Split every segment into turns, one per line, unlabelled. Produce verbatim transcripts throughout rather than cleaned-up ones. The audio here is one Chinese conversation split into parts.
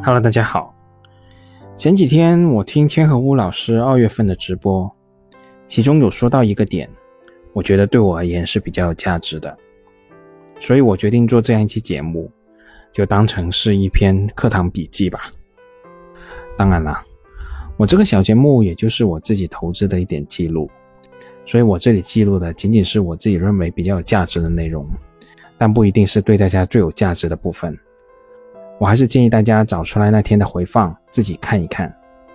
Hello， 大家好。前几天我听千和屋老师二月份的直播，其中有说到一个点，我觉得对我而言是比较有价值的，所以我决定做这样一期节目，就当成是一篇课堂笔记吧。当然啦，我这个小节目也就是我自己投资的一点记录，所以我这里记录的仅仅是我自己认为比较有价值的内容，但不一定是对大家最有价值的部分。我还是建议大家找出来那天的回放自己看一看。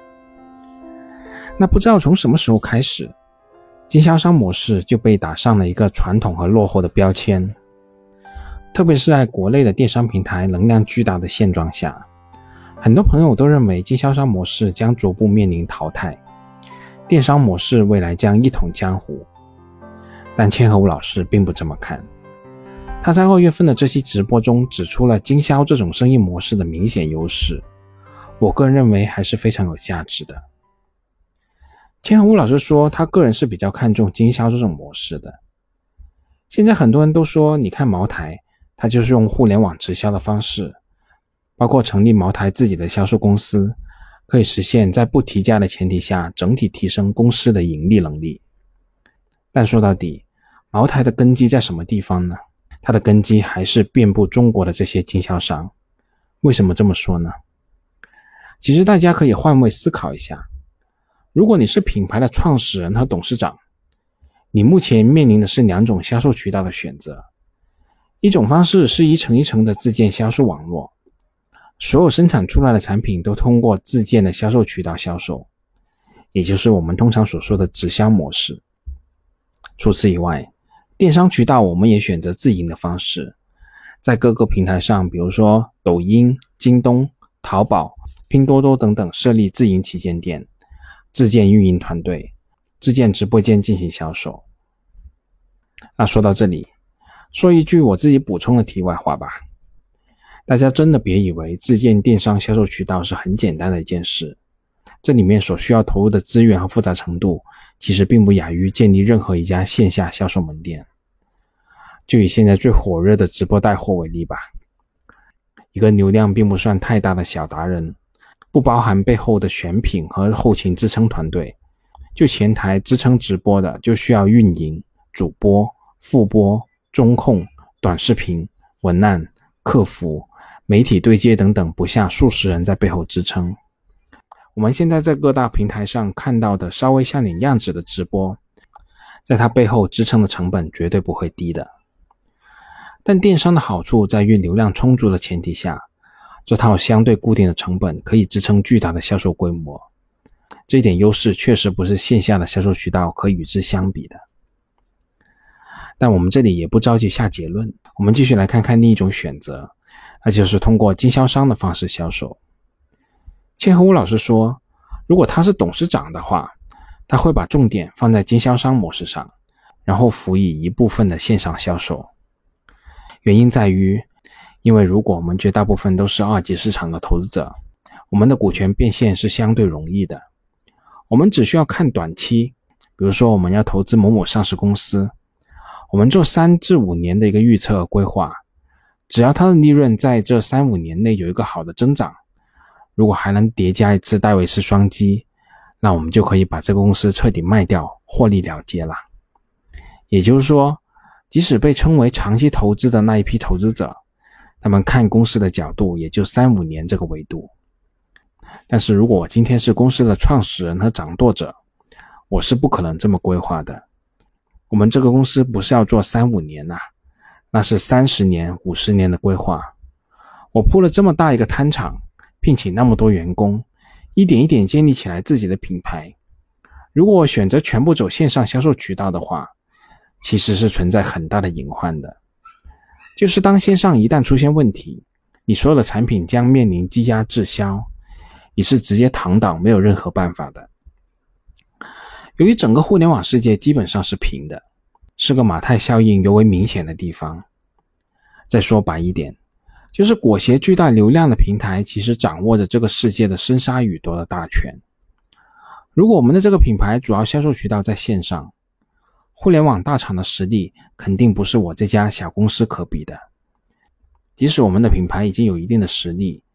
那不知道从什么时候开始，经销商模式就被打上了一个传统和落后的标签，特别是在国内的电商平台能量巨大的现状下，很多朋友都认为经销商模式将逐步面临淘汰，电商模式未来将一统江湖。但千和屋老师并不这么看，他在二月份的这期直播中指出了经销这种生意模式的明显优势，我个人认为还是非常有价值的。千和屋老师说他个人是比较看重经销这种模式的。现在很多人都说，你看茅台，他就是用互联网直销的方式，包括成立茅台自己的销售公司，可以实现在不提价的前提下整体提升公司的盈利能力。但说到底，茅台的根基在什么地方呢？它的根基还是遍布中国的这些经销商。为什么这么说呢？其实大家可以换位思考一下，如果你是品牌的创始人和董事长，你目前面临的是两种销售渠道的选择。一种方式是一层一层的自建销售网络，所有生产出来的产品都通过自建的销售渠道销售，也就是我们通常所说的直销模式。除此以外，电商渠道我们也选择自营的方式，在各个平台上，比如说抖音、京东、淘宝、拼多多等等设立自营旗舰店，自建运营团队，自建直播间进行销售。那说到这里，说一句我自己补充的题外话吧，大家真的别以为自建电商销售渠道是很简单的一件事，这里面所需要投入的资源和复杂程度其实并不亚于建立任何一家线下销售门店。就以现在最火热的直播带货为例吧，一个流量并不算太大的小达人，不包含背后的选品和后勤支撑团队，就前台支撑直播的就需要运营、主播、副播、中控、短视频、文案、客服、媒体对接等等不下数十人在背后支撑。我们现在在各大平台上看到的稍微像点样子的直播，在它背后支撑的成本绝对不会低的。但电商的好处在于流量充足的前提下，这套相对固定的成本可以支撑巨大的销售规模，这一点优势确实不是线下的销售渠道可以与之相比的。但我们这里也不着急下结论，我们继续来看看另一种选择，那就是通过经销商的方式销售。千和屋老师说，如果他是董事长的话，他会把重点放在经销商模式上，然后辅以一部分的线上销售。原因在于，因为如果我们绝大部分都是二级市场的投资者，我们的股权变现是相对容易的。我们只需要看短期，比如说我们要投资某某上市公司，我们做三至五年的一个预测规划，只要它的利润在这三五年内有一个好的增长，如果还能叠加一次戴维斯双击，那我们就可以把这个公司彻底卖掉，获利了结了。也就是说，即使被称为长期投资的那一批投资者，他们看公司的角度也就三五年这个维度。但是如果我今天是公司的创始人和掌舵者，我是不可能这么规划的。我们这个公司不是要做三五年啊，那是三十年、五十年的规划。我铺了这么大一个摊场，聘请那么多员工，一点一点建立起来自己的品牌。如果我选择全部走线上销售渠道的话，其实是存在很大的隐患的。就是当线上一旦出现问题，你所有的产品将面临积压滞销，你是直接躺倒，没有任何办法的。由于整个互联网世界基本上是平的，是个马太效应尤为明显的地方。再说白一点，就是裹挟巨大流量的平台其实掌握着这个世界的生杀予夺的大权。如果我们的这个品牌主要销售渠道在线上，互联网大厂的实力肯定不是我这家小公司可比的。即使我们的品牌已经有一定的实力，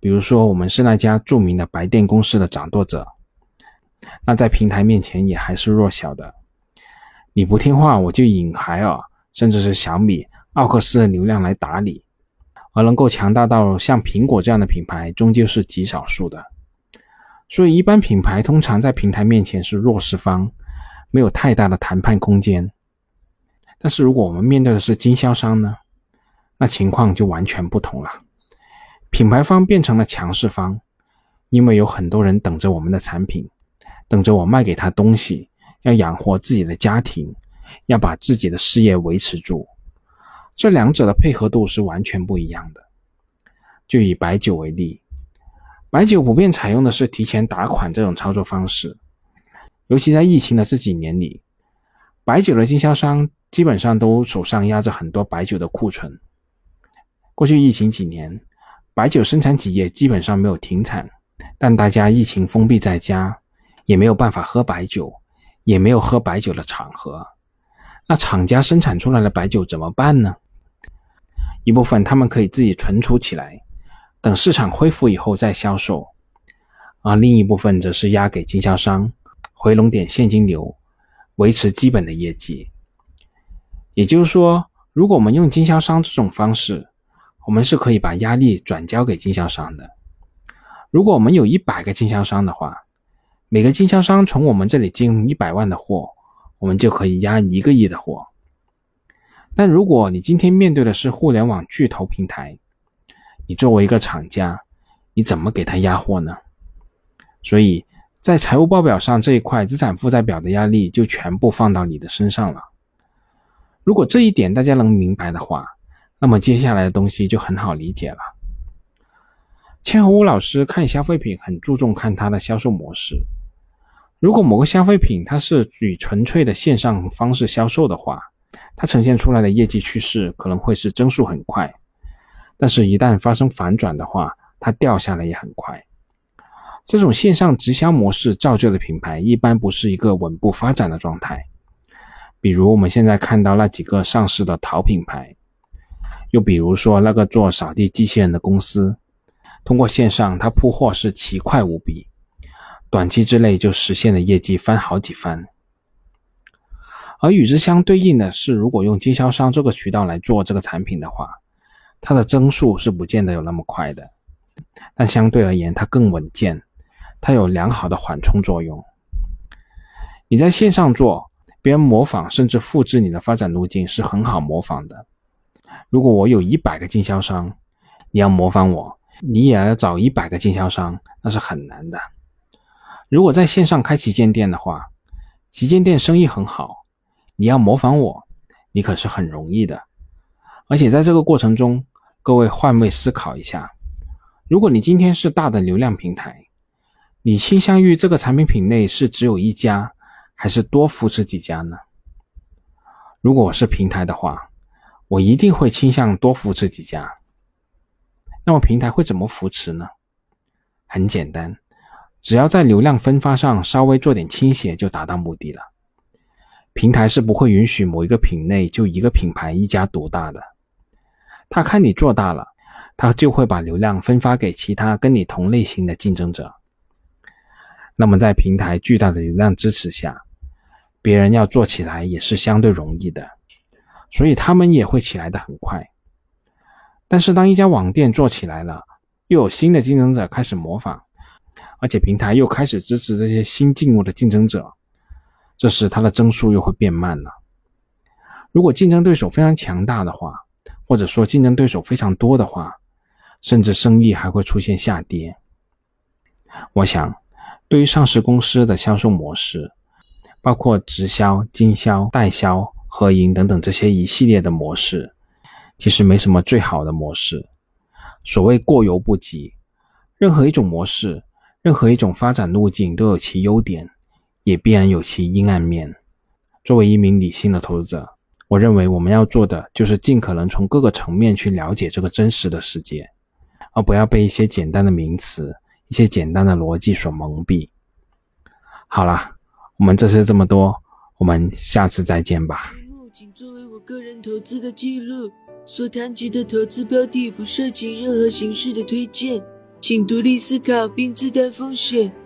比如说我们是那家著名的白电公司的掌舵者，那在平台面前也还是弱小的。你不听话，我就引海尔甚至是小米、奥克斯的流量来打你。而能够强大到像苹果这样的品牌终究是极少数的。所以一般品牌通常在平台面前是弱势方，没有太大的谈判空间。但是如果我们面对的是经销商呢，那情况就完全不同了。品牌方变成了强势方，因为有很多人等着我们的产品，等着我卖给他东西，要养活自己的家庭，要把自己的事业维持住。这两者的配合度是完全不一样的。就以白酒为例，白酒普遍采用的是提前打款这种操作方式，尤其在疫情的这几年里，白酒的经销商基本上都手上压着很多白酒的库存。过去疫情几年，白酒生产企业基本上没有停产，但大家疫情封闭在家，也没有办法喝白酒，也没有喝白酒的场合。那厂家生产出来的白酒怎么办呢？一部分他们可以自己存储起来，等市场恢复以后再销售，而另一部分则是押给经销商，回笼点现金流，维持基本的业绩。也就是说，如果我们用经销商这种方式，我们是可以把压力转交给经销商的。如果我们有一百个经销商的话，每个经销商从我们这里进一百万的货，我们就可以压一个亿的货。但如果你今天面对的是互联网巨头平台，你作为一个厂家，你怎么给他压货呢？所以在财务报表上这一块资产负债表的压力就全部放到你的身上了。如果这一点大家能明白的话，那么接下来的东西就很好理解了。千和屋老师看消费品很注重看它的销售模式。如果某个消费品它是以纯粹的线上方式销售的话，它呈现出来的业绩趋势可能会是增速很快，但是一旦发生反转的话，它掉下来也很快。这种线上直销模式造就的品牌一般不是一个稳步发展的状态。比如我们现在看到那几个上市的淘品牌，又比如说那个做扫地机器人的公司，通过线上它铺货是奇快无比，短期之内就实现了业绩翻好几番。而与之相对应的是，如果用经销商这个渠道来做这个产品的话，它的增速是不见得有那么快的，但相对而言它更稳健，它有良好的缓冲作用。你在线上做，别人模仿甚至复制你的发展路径是很好模仿的。如果我有一百个经销商，你要模仿我，你也要找一百个经销商，那是很难的。如果在线上开旗舰店的话，旗舰店生意很好，你要模仿我，你可是很容易的。而且在这个过程中，各位换位思考一下，如果你今天是大的流量平台，你倾向于这个产品品类是只有一家，还是多扶持几家呢？如果我是平台的话，我一定会倾向多扶持几家。那么平台会怎么扶持呢？很简单，只要在流量分发上稍微做点倾斜就达到目的了。平台是不会允许某一个品类就一个品牌一家独大的，他看你做大了，他就会把流量分发给其他跟你同类型的竞争者。那么在平台巨大的流量支持下，别人要做起来也是相对容易的，所以他们也会起来得很快。但是当一家网店做起来了，又有新的竞争者开始模仿，而且平台又开始支持这些新进入的竞争者，这时它的增速又会变慢了。如果竞争对手非常强大的话，或者说竞争对手非常多的话，甚至生意还会出现下跌。我想对于上市公司的销售模式，包括直销、经销、代销、合营等等这些一系列的模式，其实没什么最好的模式。所谓过犹不及，任何一种模式，任何一种发展路径都有其优点，也必然有其阴暗面。作为一名理性的投资者，我认为我们要做的就是尽可能从各个层面去了解这个真实的世界，而不要被一些简单的名词、一些简单的逻辑所蒙蔽。好啦，我们这次这么多，我们下次再见吧。
仅作为我个人投资的记录，所谈及的投资标的不涉及任何形式的推荐。 请独立思考并自担风险。